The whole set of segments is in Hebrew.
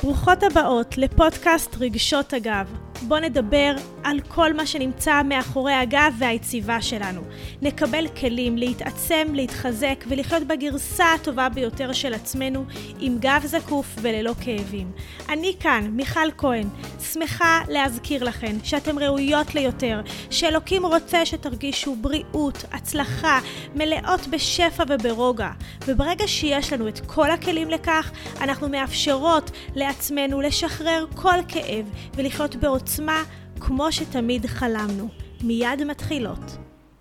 ברוכות הבאות לפודקאסט רגשות הגב. בוא נדבר על כל מה שנמצא מאחורי הגב והיציבה שלנו. נקבל כלים להתעצם, להתחזק ולחיות בגרסה הטובה ביותר של עצמנו עם גב זקוף וללא כאבים. אני כאן, מיכל כהן, שמחה להזכיר לכם שאתם ראויות ליותר, שאלוקים רוצה שתרגישו בריאות, הצלחה, מלאות בשפע וברוגע. וברגע שיש לנו את כל הכלים לכך, אנחנו מאפשרות לעצמנו לשחרר כל כאב ולחיות בעוצמה כמו שתמיד חלמנו. מיד מתחילות.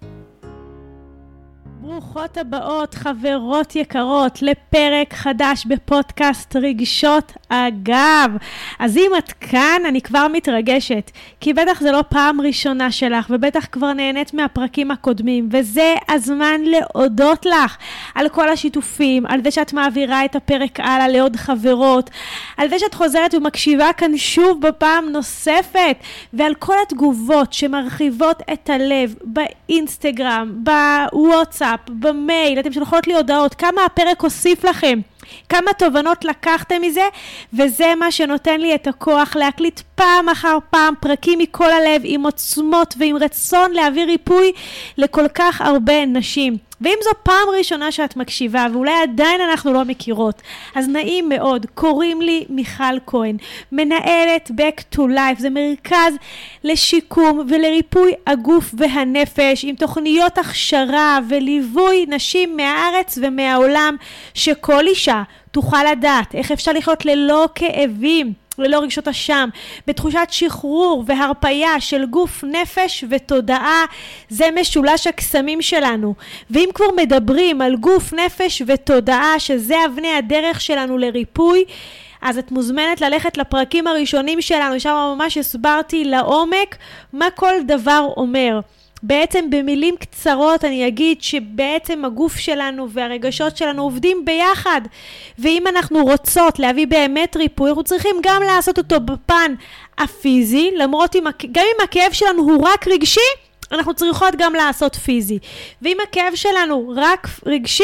ברוכות הבאות חברות יקרות לפרק חדש בפודקאסט רגשות הגב. אז אם את כאן אני כבר מתרגשת, כי בטח זה לא פעם ראשונה שלך ובטח כבר נהנית מהפרקים הקודמים, וזה הזמן להודות לך על כל השיתופים, על זה שאת מעבירה את הפרק הלאה לעוד חברות, על זה שאת חוזרת ומקשיבה כאן שוב בפעם נוספת, ועל כל התגובות שמרחיבות את הלב באינסטגרם, בוואטסאפ, במייל. אתם שלחות לי הודעות כמה הפרק הוסיף לכם, כמה תובנות לקחתם מזה, וזה מה שנותן לי את הכוח להקליט פעם אחר פעם פרקים מכל הלב, עם עוצמות ועם רצון להביא ריפוי לכל כך הרבה נשים. ואם זו פעם ראשונה שאת מקשיבה, ואולי עדיין אנחנו לא מכירות, אז נעים מאוד, קוראים לי מיכל כהן, מנהלת Back to Life, זה מרכז לשיקום ולריפוי הגוף והנפש, עם תוכניות הכשרה וליווי נשים מהארץ ומהעולם, שכל אישה תוכל לדעת איך אפשר לחיות ללא כאבים, ללא רגשות אשם, בתחושת שחרור והרפיה של גוף, נפש ותודעה. זה משולש הקסמים שלנו. ואם כבר מדברים על גוף, נפש ותודעה, שזה אבני הדרך שלנו לריפוי, אז את מוזמנת ללכת לפרקים הראשונים שלנו, שם ממש הסברתי לעומק מה כל דבר אומר. בעצם במילים קצרות אני אגיד שבעצם הגוף שלנו והרגשות שלנו עובדים ביחד, ואם אנחנו רוצות להביא באמת ריפוי, אנחנו צריכים גם לעשות אותו בפן הפיזי, למרות גם אם הכאב שלנו הוא רק רגשי, אנחנו צריכות גם לעשות פיזי. ואם הכאב שלנו רק רגשי,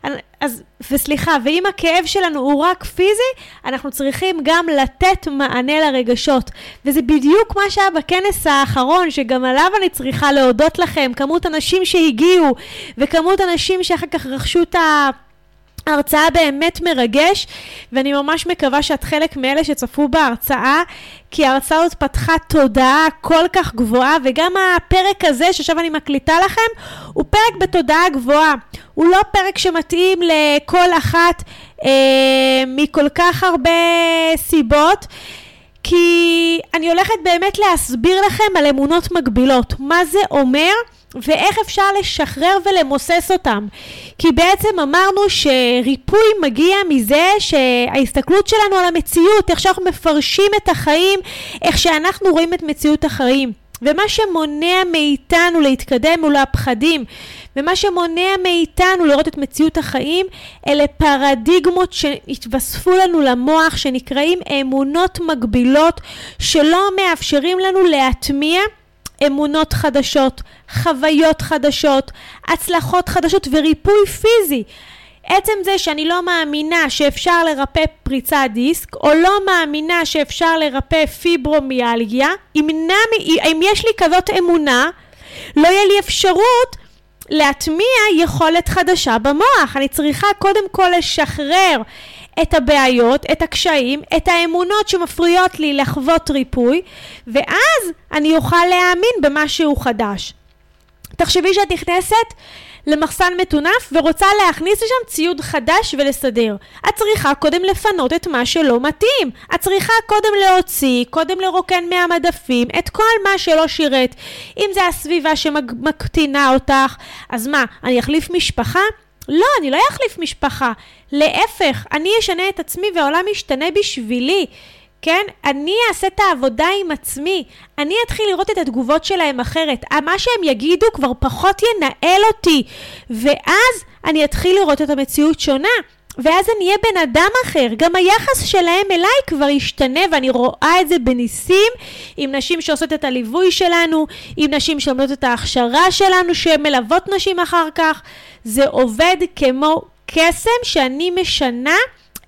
ואם הכאב שלנו הוא רק פיזי, אנחנו צריכים גם לתת מענה לרגשות. וזה בדיוק מה שהיה בכנס האחרון, שגם עליו אני צריכה להודות לכם, כמות אנשים שהגיעו, וכמות אנשים שאחר כך רכשו את ההרצאה באמת מרגש, ואני ממש מקווה שאת חלק מאלה שצפו בהרצאה, כי ההרצאה הזאת פתחה תודעה כל כך גבוהה, וגם הפרק הזה שעכשיו אני מקליטה לכם, הוא פרק בתודעה גבוהה. הוא לא פרק שמתאים לכל אחת מכל כך הרבה סיבות, כי אני הולכת באמת להסביר לכם על אמונות מגבילות. מה זה אומר? ואיך אפשר לשחרר ולמוסס אותם. כי בעצם אמרנו שריפוי מגיע מזה שההסתכלות שלנו על המציאות, איך שאנחנו מפרשים את החיים, איך שאנחנו רואים את מציאות החיים. ומה שמונע מאיתנו להתקדם הוא הפחדים. ומה שמונע מאיתנו לראות את מציאות החיים, אלה פרדיגמות שהתווספו לנו למוח, שנקראים אמונות מגבילות, שלא מאפשרים לנו להטמיע אמונות חדשות, חוויות חדשות, הצלחות חדשות וריפוי פיזי. עצם זה שאני לא מאמינה שאפשר לרפא פריצת דיסק, או לא מאמינה שאפשר לרפא פיברומיאלגיה, אם יש לי כזאת אמונה, לא יהיה לי אפשרות להטמיע יכולת חדשה במוח. אני צריכה קודם כל לשחרר את הבעיות, את הקשיים, את האמונות שמפריעות לי לחוות ריפוי, ואז אני אוכל להאמין במשהו חדש. תחשבי שאת נכנסת למחסן מטונף ורוצה להכניס לשם ציוד חדש ולסדר. את צריכה קודם לפנות את מה שלא מתאים. את צריכה קודם להוציא, קודם לרוקן מהמדפים, את כל מה שלא שירת. אם זה הסביבה שמקטינה אותך, אז מה, אני אחליף משפחה? לא, אני לא אחליף משפחה. להפך, אני אשנה את עצמי והעולם ישתנה בשבילי. כן? אני אעשה את העבודה עם עצמי. אני אתחיל לראות את התגובות שלהם אחרת. מה שהם יגידו כבר פחות ינהל אותי. ואז אני אתחיל לראות את המציאות שונה. ואז אני אהיה בן אדם אחר. גם היחס שלהם אליי כבר ישתנה, ואני רואה את זה בניסים, עם נשים שעושות את הליווי שלנו, עם נשים שעומדות את ההכשרה שלנו, שמלוות נשים אחר כך. זה עובד כמו קסם שאני משנה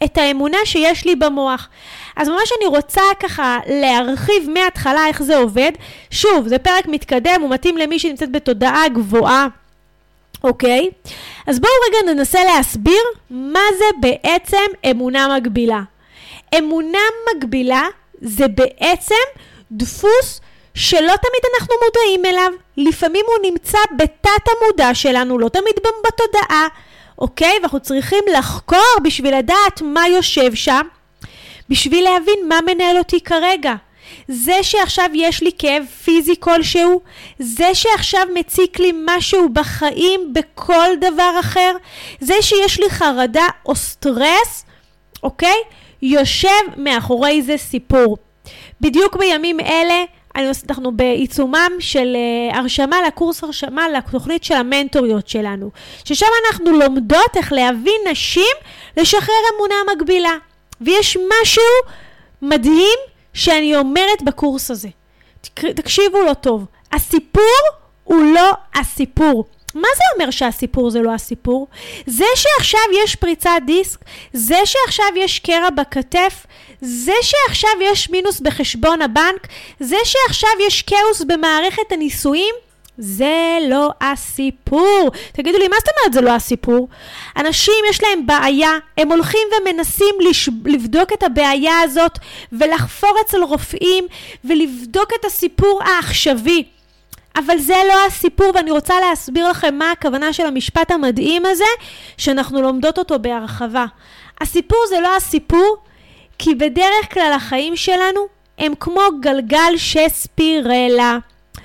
את האמונה שיש לי במוח. אז ממש אני רוצה ככה להרחיב מההתחלה איך זה עובד. שוב, זה פרק מתקדם, הוא מתאים למי שנמצאת בתודעה גבוהה. אוקיי? אז בואו רגע ננסה להסביר מה זה בעצם אמונה מגבילה. אמונה מגבילה זה בעצם דפוס שלא תמיד אנחנו מודעים אליו. לפעמים הוא נמצא בתת המודע שלנו, לא תמיד בתודעה. אוקיי? ואנחנו צריכים לחקור בשביל לדעת מה יושב שם, בשביל להבין מה מנהל אותי כרגע. זה שעכשיו יש לי כאב פיזי כלשהו, זה שעכשיו מציק לי משהו בחיים בכל דבר אחר, זה שיש לי חרדה או סטרס, אוקיי? יושב מאחורי זה סיפור. בדיוק בימים אלה, אנחנו בעיצומם של הרשמה לקורס הרשמה לתוכנית של המנטוריות שלנו, ששם אנחנו לומדות איך להביא נשים לשחרר אמונה מגבילה. ויש משהו מדהים שאני אומרת בקורס הזה. תקשיבו לו טוב. הסיפור הוא לא הסיפור. מה זה אומר שהסיפור זה לא הסיפור? זה שעכשיו יש פריצת דיסק, זה שעכשיו יש קרע בכתף, זה שעכשיו יש מינוס בחשבון הבנק, זה שעכשיו יש כאוס במערכת הניסויים, זה לא הסיפור. תגידו לי, מה זאת אומרת זה לא הסיפור? אנשים יש להם בעיה, הם הולכים ומנסים לבדוק את הבעיה הזאת, ולחפור אצל רופאים, ולבדוק את הסיפור העכשווי. אבל זה לא הסיפור, ואני רוצה להסביר לכם מה הכוונה של המשפט המדהים הזה, שאנחנו לומדות אותו בהרחבה. הסיפור זה לא הסיפור, כי בדרך כלל החיים שלנו הם כמו גלגל שספירלה.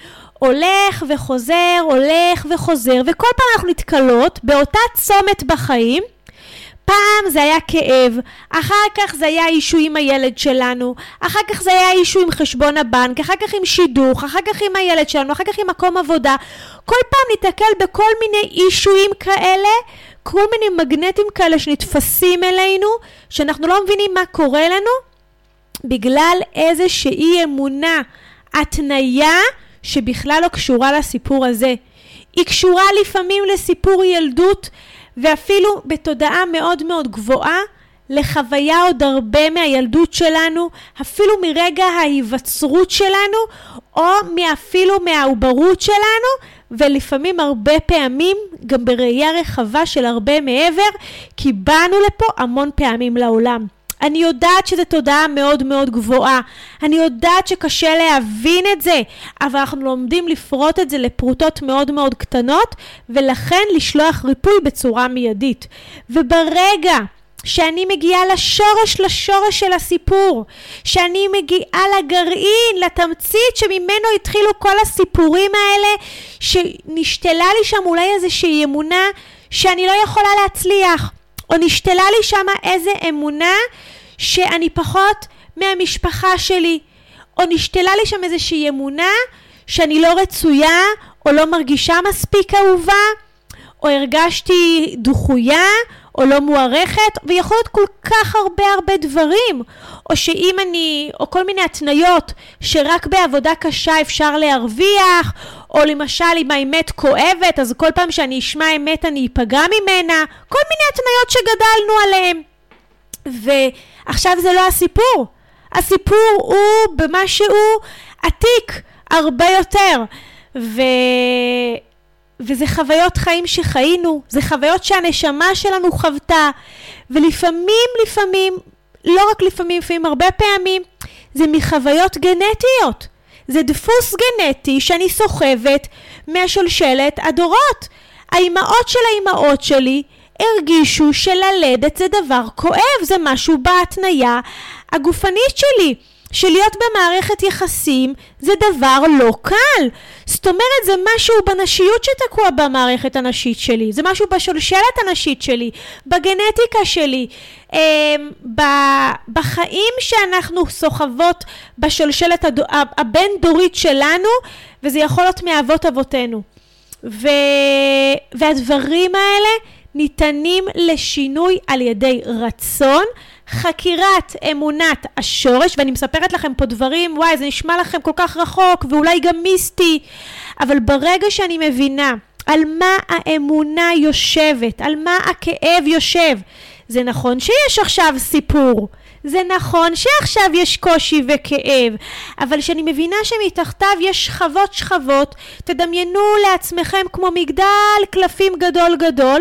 הולך וחוזר, וכל פעם אנחנו נתקלות באותה צומת בחיים. פעם זה היה כאב, אחר כך זה היה אישו עם הילד שלנו, אחר כך זה היה אישו עם חשבון הבנק, אחר כך עם שידוך, אחר כך עם הילד שלנו, אחר כך עם מקום עבודה. כל פעם ניתקל בכל מיני אישויים כאלה, כל מיני מגנטים כאלה שנתפסים אלינו, שאנחנו לא מבינים מה קורה לנו, בגלל איזושהי אמונה, התניה, שבכלל לא קשורה לסיפור הזה. היא קשורה לפעמים לסיפור ילדות, ואפילו בתודעה מאוד מאוד גבוהה, לחוויה עוד הרבה מהילדות שלנו, אפילו מרגע ההיווצרות שלנו, או אפילו מהעוברות שלנו, ולפעמים הרבה פעמים גם בראייה רחבה של הרבה מעבר, כי באנו לפה המון פעמים לעולם. אני יודעת שזו תודעה מאוד מאוד גבוהה, אני יודעת שקשה להבין את זה, אבל אנחנו לומדים לפרוט את זה לפרוטות מאוד מאוד קטנות, ולכן לשלוח ריפוי בצורה מיידית. וברגע שאני מגיעה לשורש של הסיפור, שאני מגיעה לגרעין, לתמצית שממנו התחילו כל הסיפורים האלה, שנשתלה לי שם אולי איזושהי אמונה שאני לא יכולה להצליח, או נשתלה לי שם איזה אמונה שאני פחות מהמשפחה שלי, או נשתלה לי שם איזושהי אמונה שאני לא רצויה, או לא מרגישה מספיק אהובה, או הרגשתי דחויה, או לא מוערכת, ויכול להיות כל כך הרבה דברים, או שאם או כל מיני התניות שרק בעבודה קשה אפשר להרוויח, או למשל אם האמת כואבת, אז כל פעם שאני אשמע אמת אני אפגע ממנה, כל מיני התניות שגדלנו עליהן. ועכשיו זה לא הסיפור. הסיפור הוא במשהו עתיק הרבה יותר, וזה חוויות חיים שחיינו, זה חוויות שהנשמה שלנו חוותה, ולפעמים, לא רק לפעמים הרבה פעמים, זה מחוויות גנטיות. זה דפוס גנטי שאני סוחבת מהשלשלת הדורות. האימהות של האימהות שלי הרגישו שללדת זה דבר כואב, זה משהו בהתניה הגופנית שלי. שלהיות במערכת יחסים זה דבר לא קל. זאת אומרת, זה משהו בנשיות שתקוע במערכת הנשית שלי, זה משהו בשלשלת הנשית שלי, בגנטיקה שלי, בחיים שאנחנו סוחבות בשלשלת הבין דורית שלנו, וזה יכול להיות מאבות אבותינו. והדברים האלה ניתנים לשינוי על ידי רצון, חקירת אמונת השורש, ואני מספרת לכם פה דברים, וואי, זה נשמע לכם כל כך רחוק, ואולי גם מיסטי, אבל ברגע שאני מבינה על מה האמונה יושבת, על מה הכאב יושב, זה נכון שיש עכשיו סיפור, זה נכון שעכשיו יש קושי וכאב, אבל שאני מבינה שמתחתיו יש שכבות, תדמיינו לעצמכם כמו מגדל קלפים גדול גדול,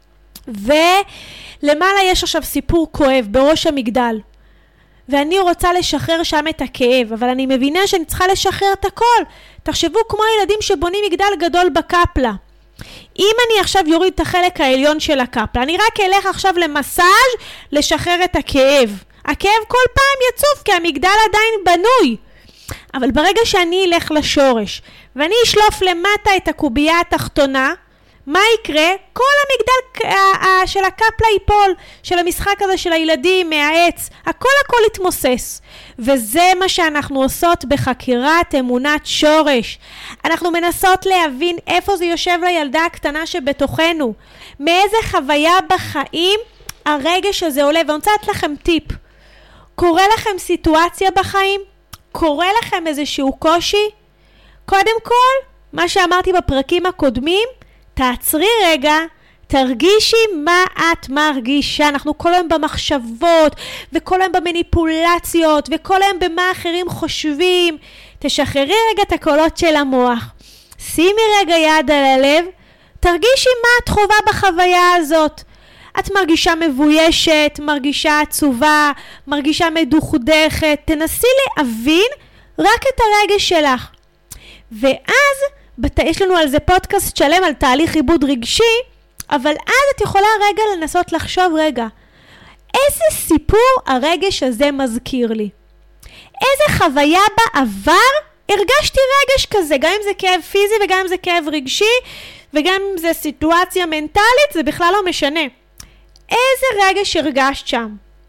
ולמעלה יש עכשיו סיפור כואב בראש המגדל. ואני רוצה לשחרר שם את הכאב, אבל אני מבינה שאני צריכה לשחרר את הכל. תחשבו כמו ילדים שבונים מגדל גדול בקפלה. אם אני עכשיו יוריד את החלק העליון של הקפלה, אני רק אלך עכשיו למסאז' לשחרר את הכאב. הכאב כל פעם יצוף כי המגדל עדיין בנוי. אבל ברגע שאני אלך לשורש ואני אשלוף למטה את הקובייה התחתונה, מה יקרה? כל המגדל של הקפלה ייפול, של המשחק הזה של הילדים מהעץ, הכל יתמוסס. וזה מה שאנחנו עושות בחקירת אמונת שורש. אנחנו מנסות להבין איפה זה יושב לילדה הקטנה שבתוכנו, מאיזה חוויה בחיים הרגש הזה עולה. ואני רוצה לתת לכם טיפ. קורה לכם סיטואציה בחיים? קורה לכם איזשהו קושי? קודם כל, מה שאמרתי בפרקים הקודמים, תעצרי רגע, תרגישי מה את מרגישה. אנחנו כל היום במחשבות, וכל היום במניפולציות, וכל היום במה אחרים חושבים. תשחררי רגע את הקולות של המוח. שימי רגע יד על הלב, תרגישי מה את חובה בחוויה הזאת. את מרגישה מבוישת, מרגישה עצובה, מרגישה מדוכדכת. תנסי להבין רק את הרגש שלך. ואז יש לנו על זה פודקאסט שלם על תהליך עיבוד רגשי, אבל אז את יכולה רגע לנסות לחשוב רגע, איזה סיפור הרגש הזה מזכיר לי? איזה חוויה בעבר הרגשתי רגש כזה, גם אם זה כאב פיזי וגם אם זה כאב רגשי, וגם אם זה סיטואציה מנטלית, זה בכלל לא משנה. איזה רגש הרגשת שם?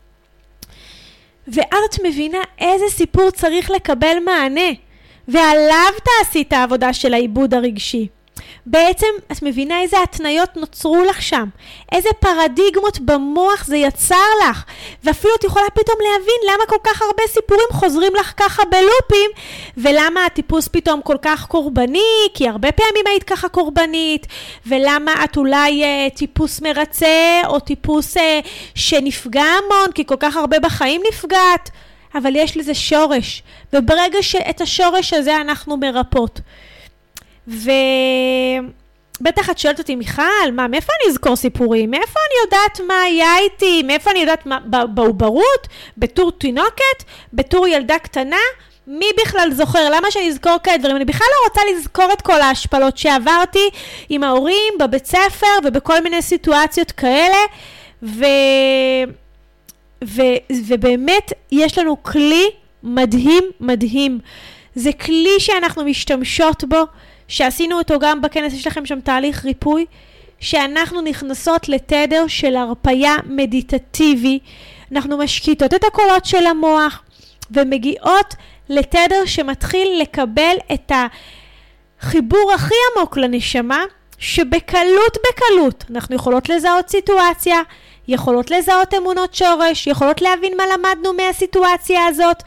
ואז את מבינה איזה סיפור צריך לקבל מענה. ועליו תעשי את העבודה של העיבוד הרגשי. בעצם את מבינה איזה התניות נוצרו לך שם, איזה פרדיגמות במוח זה יצר לך, ואפילו את יכולה פתאום להבין למה כל כך הרבה סיפורים חוזרים לך ככה בלופים, ולמה הטיפוס פתאום כל כך קורבני, כי הרבה פעמים היית ככה קורבנית, ולמה את אולי טיפוס מרצה, או טיפוס שנפגע המון, כי כל כך הרבה בחיים נפגעת. אבל יש לזה שורש, וברגע שאת השורש הזה אנחנו מרפות. ובטח את שואלת אותי, מיכל, מאיפה אני אזכור סיפורים? מאיפה אני יודעת מה היה איתי? מאיפה אני יודעת בעוברות? בתור תינוקת? בתור ילדה קטנה? מי בכלל זוכר? למה שאני אזכור כאלה דברים? אני בכלל לא רוצה לזכור את כל ההשפלות שעברתי עם ההורים, בבית ספר ובכל מיני סיטואציות כאלה, ובאמת יש לנו כלי מדהים. זה כלי שאנחנו משתמשות בו, שעשינו אותו גם בכנס, יש לכם שם תהליך ריפוי, שאנחנו נכנסות לתדר של הרפיה מדיטטיבי, אנחנו משקיטות את הקולות של המוח, ומגיעות לתדר שמתחיל לקבל את החיבור הכי עמוק לנשמה, שבקלות אנחנו יכולות לזהות סיטואציה, יכולות לזהות אמונות שורש, יכולות להבין מה למדנו מהסיטואציה הזאת,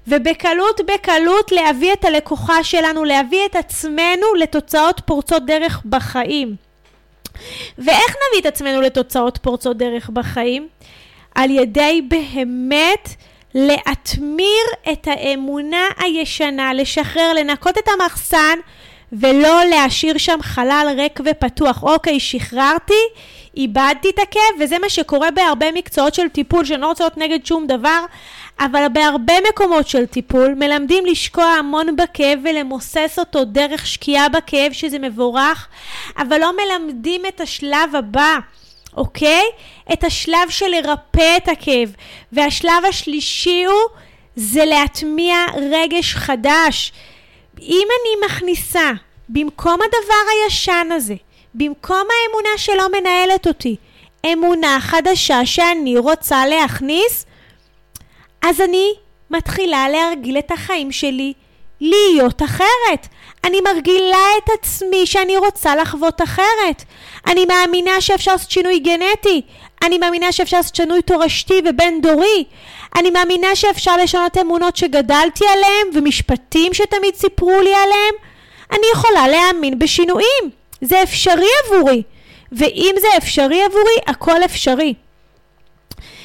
ובקלות להביא את הלקוחה שלנו, להביא את עצמנו לתוצאות פורצות דרך בחיים. ואיך נביא את עצמנו לתוצאות פורצות דרך בחיים? על ידי באמת להתמיר את האמונה הישנה, לשחרר, לנקות את המחסן, ולא להשאיר שם חלל ריק ופתוח. אוקיי, שחררתי, איבדתי את הכאב, וזה מה שקורה בהרבה מקצועות של טיפול, שאני לא רוצה להיות נגד שום דבר, אבל בהרבה מקומות של טיפול, מלמדים לשקוע המון בכאב ולמוסס אותו דרך שקיעה בכאב, שזה מבורך, אבל לא מלמדים את השלב הבא, אוקיי? את השלב של לרפא את הכאב, והשלב השלישי זה להטמיע רגש חדש. אם אני מכניסה במקום הדבר הישן הזה, במקום האמונה שלא מנהלת אותי, אמונה חדשה שאני רוצה להכניס, אז אני מתחילה להרגיל את החיים שלי להיות אחרת. אני מרגילה את עצמי שאני רוצה לחוות אחרת. אני מאמינה שאפשר לעשות שינוי גנטי. אני מאמינה שאפשר לעשות שינוי תורשתי ובין דורי. אני מאמינה שאפשר לשנות אמונות שגדלתי עליהם ומשפטים שתמיד סיפרו לי עליהם. אני יכולה להאמין בשינויים. זה אפשרי עבורי. ואם זה אפשרי עבורי, הכל אפשרי.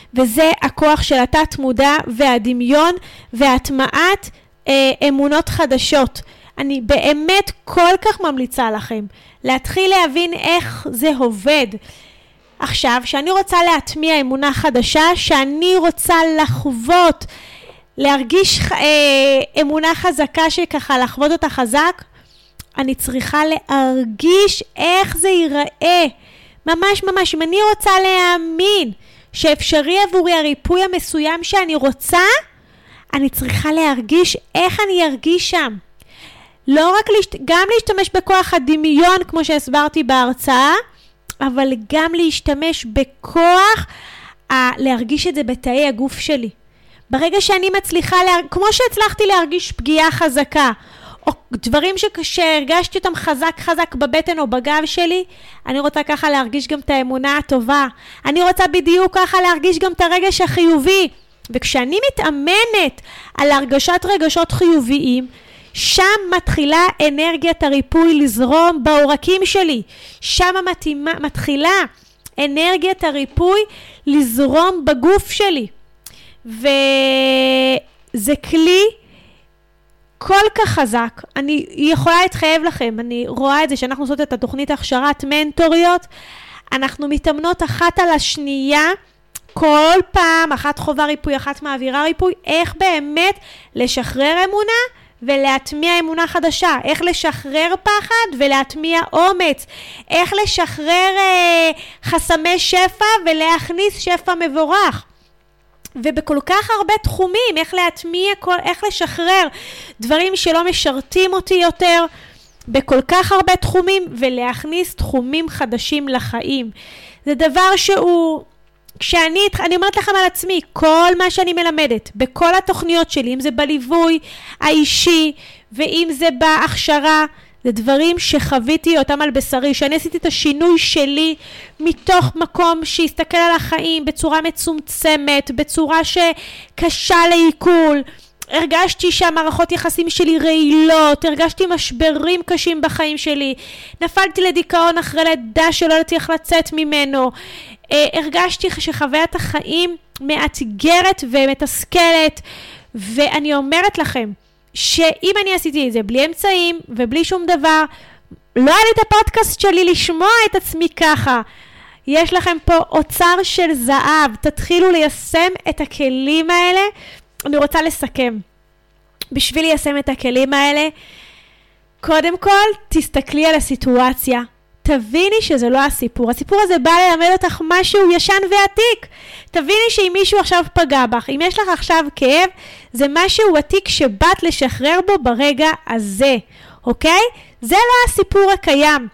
וזה הכוח של התת מודע והדמיון והטמעת אמונות חדשות. אני באמת כל כך ממליצה לכם להתחיל להבין איך זה עובד. עכשיו, שאני רוצה להטמיע אמונה חדשה, שאני רוצה לחוות, להרגיש אמונה חזקה שככה לחוות אותה חזק, אני צריכה להרגיש איך זה ייראה. ממש ממש, אם אני רוצה להאמין שאפשרי עבורי הריפוי המסוים שאני רוצה, אני צריכה להרגיש איך אני ארגיש שם. לא רק גם להשתמש בכוח הדמיון, כמו שהסברתי בהרצאה, אבל גם להשתמש בכוח להרגיש את זה בתאי הגוף שלי. ברגע שאני מצליחה, כמו שהצלחתי להרגיש פגיעה חזקה, או דברים שהרגשתי אותם חזק בבטן או בגב שלי, אני רוצה ככה להרגיש גם את האמונה הטובה. אני רוצה בדיוק ככה להרגיש גם את הרגש החיובי. וכשאני מתאמנת על הרגשת רגשות חיוביים, שם מתחילה אנרגיית הריפוי לזרום בעורקים שלי. שם מתחילה אנרגיית הריפוי לזרום בגוף שלי. וזה כלי כל כך חזק. אני יכולה להתחייב לכם, אני רואה את זה שאנחנו עושות את התוכנית הכשרת מנטוריות, אנחנו מתאמנות אחת על השנייה, כל פעם, אחת חובה ריפוי, אחת מעבירה ריפוי, איך באמת לשחרר אמונה ולהטמיע אמונה חדשה, איך לשחרר פחד ולהטמיע אומץ, איך לשחרר חסמי שפע ולהכניס שפע מבורך. ובכל כך הרבה תחומים, איך להטמיע, איך לשחרר דברים שלא משרתים אותי יותר, בכל כך הרבה תחומים, ולהכניס תחומים חדשים לחיים. זה דבר שהוא, אני אומרת לכם על עצמי, כל מה שאני מלמדת, בכל התוכניות שלי, אם זה בליווי האישי, ואם זה בהכשרה, זה דברים שחוויתי אותם על בשרי, שאני עשיתי את השינוי שלי מתוך מקום שיסתכל על החיים בצורה מצומצמת, בצורה שקשה לעיכול. הרגשתי שהמערכות יחסים שלי רעילות, הרגשתי משברים קשים בחיים שלי, נפלתי לדיכאון אחרי לידה שלא ידעתי איך לצאת ממנו, הרגשתי שחוויית החיים מאתגרת ומתסכלת, ואני אומרת לכם, שאם אני עשיתי את זה בלי אמצעים ובלי שום דבר, לא היה לי את הפודקאסט שלי לשמוע את עצמי ככה. יש לכם פה אוצר של זהב, תתחילו ליישם את הכלים האלה. אני רוצה לסכם. בשביל ליישם את הכלים האלה, קודם כל תסתכלי על הסיטואציה. תביני שזה לא הסיפור. הסיפור הזה בא ללמד אותך משהו ישן ועתיק. תביני שאם מישהו עכשיו פגע בך, אם יש לך עכשיו כאב, זה משהו עתיק שבאת לשחרר בו ברגע הזה, אוקיי? זה לא הסיפור הקיים.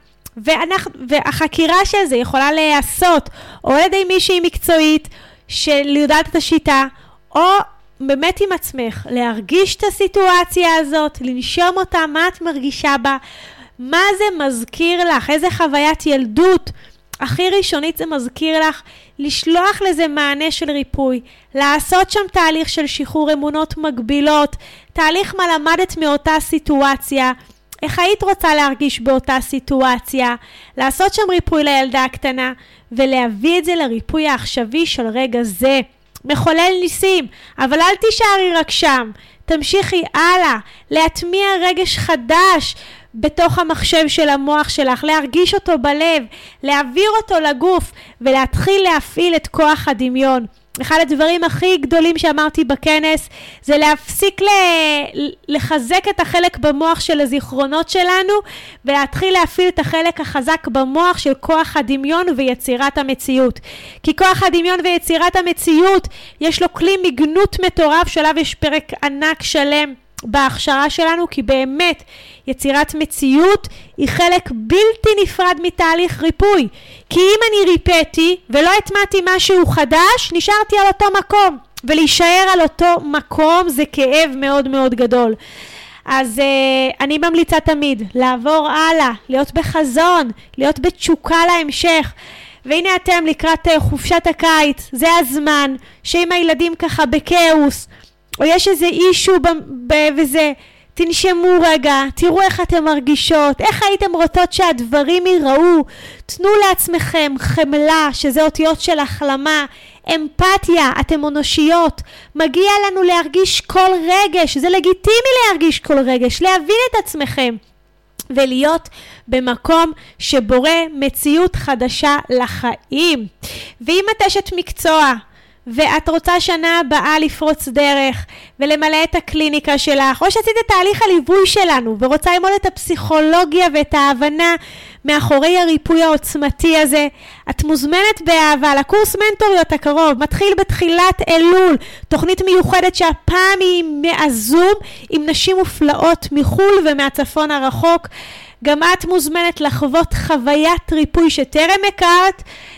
והחקירה של זה יכולה להיעשות או על ידי מישהי מקצועית שיודעת את השיטה, או באמת עם עצמך, להרגיש את הסיטואציה הזאת, לנשום אותה, מה את מרגישה בה, מה זה מזכיר לך, איזה חוויית ילדות הכי ראשונית זה מזכיר לך, לשלוח לזה מענה של ריפוי, לעשות שם תהליך של שחרור אמונות מגבילות, תהליך מה למדת מאותה סיטואציה, איך היית רוצה להרגיש באותה סיטואציה, לעשות שם ריפוי לילדה הקטנה, ולהביא את זה לריפוי העכשווי של רגע זה. מחולל ניסים, אבל אל תישארי רק שם, תמשיכי הלאה, להטמיע רגש חדש בתוך המחשב של המוח שלך, להרגיש אותו בלב, להעביר אותו לגוף, ולהתחיל להפעיל את כוח הדמיון. אחד הדברים הכי גדולים שאמרתי בכנס, זה להפסיק לחזק את החלק במוח של הזיכרונות שלנו, ולהתחיל להפעיל את החלק החזק במוח של כוח הדמיון ויצירת המציאות. כי כוח הדמיון ויצירת המציאות, יש לו כלי מגנות מטורף, שעליו יש פרק ענק שלם בהכשרה שלנו, כי באמת יצירת מציאות היא חלק בלתי נפרד מתהליך ריפוי. כי אם אני ריפאתי ולא התמעתי משהו חדש, נשארתי על אותו מקום, ולהישאר על אותו מקום זה כאב מאוד מאוד גדול. אז אני ממליצה תמיד לעבור הלאה, להיות בחזון, להיות בתשוקה להמשך. והנה אתם לקראת חופשת הקיץ, זה הזמן שאם הילדים ככה בקאוס, או יש איזה אישו וזה, תנשמו רגע, תראו איך אתם מרגישות, איך הייתם רוצות שהדברים ייראו. תנו לעצמכם חמלה, שזה אותיות של החלמה, אמפתיה, אתם אנושיות. מגיע לנו להרגיש כל רגש, זה לגיטימי להרגיש כל רגש, להבין את עצמכם. ולהיות במקום שבורא מציאות חדשה לחיים. ואם את אשת מקצוע, ואת רוצה שנה הבאה לפרוץ דרך ולמלא את הקליניקה שלך, או שעשית את תהליך הליווי שלנו ורוצה ללמוד את הפסיכולוגיה ואת ההבנה מאחורי הריפוי העוצמתי הזה, את מוזמנת באהבה לקורס מנטוריות הקרוב, מתחיל בתחילת אלול, תוכנית מיוחדת שהפעם היא מהזום עם נשים מופלאות מחול ומהצפון הרחוק. גם את מוזמנת לחוות חוויית ריפוי שטרם הכרת,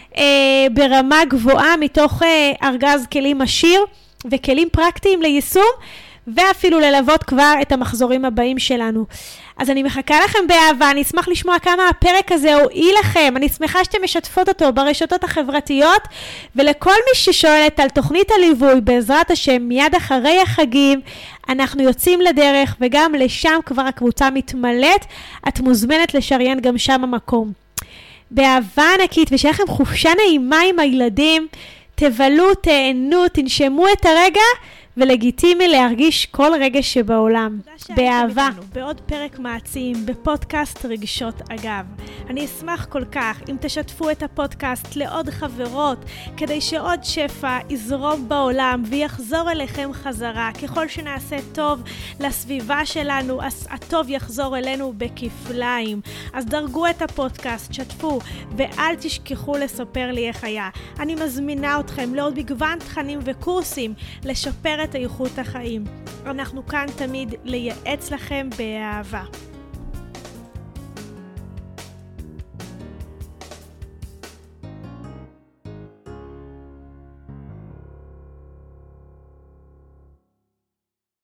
ברמה גבוהה מתוך ארגז כלים עשיר וכלים פרקטיים ליישום, ואפילו ללוות כבר את המחזורים הבאים שלנו. אז אני מחכה לכם באהבה, אני אשמח לשמוע כמה הפרק הזה הועיל לכם, אני שמחה שאתם משתפות אותו ברשתות החברתיות, ולכל מי ששואלת על תוכנית הליווי בעזרת השם מיד אחרי החגים, אנחנו יוצאים לדרך וגם לשם כבר הקבוצה מתמלאת, את מוזמנת לשריין גם שם המקום. באהבה ענקית, ושיהיה לכם חופשה נעימה עם הילדים, תבלו, תהנו, תנשמו את הרגע, ולגיטימי להרגיש כל רגש שבעולם. באהבה. בעוד פרק מעצים בפודקאסט רגשות אגב. אני אשמח כל כך אם תשתפו את הפודקאסט לעוד חברות, כדי שעוד שפע יזרום בעולם ויחזור אליכם חזרה. ככל שנעשה טוב לסביבה שלנו, אז הטוב יחזור אלינו בכפליים. אז דרגו את הפודקאסט, שתפו, ואל תשכחו לספר לי איך היה. אני מזמינה אתכם לעוד מגוון תכנים וקורסים לשפר את איכות החיים. אנחנו כאן תמיד לייעץ לכם באהבה.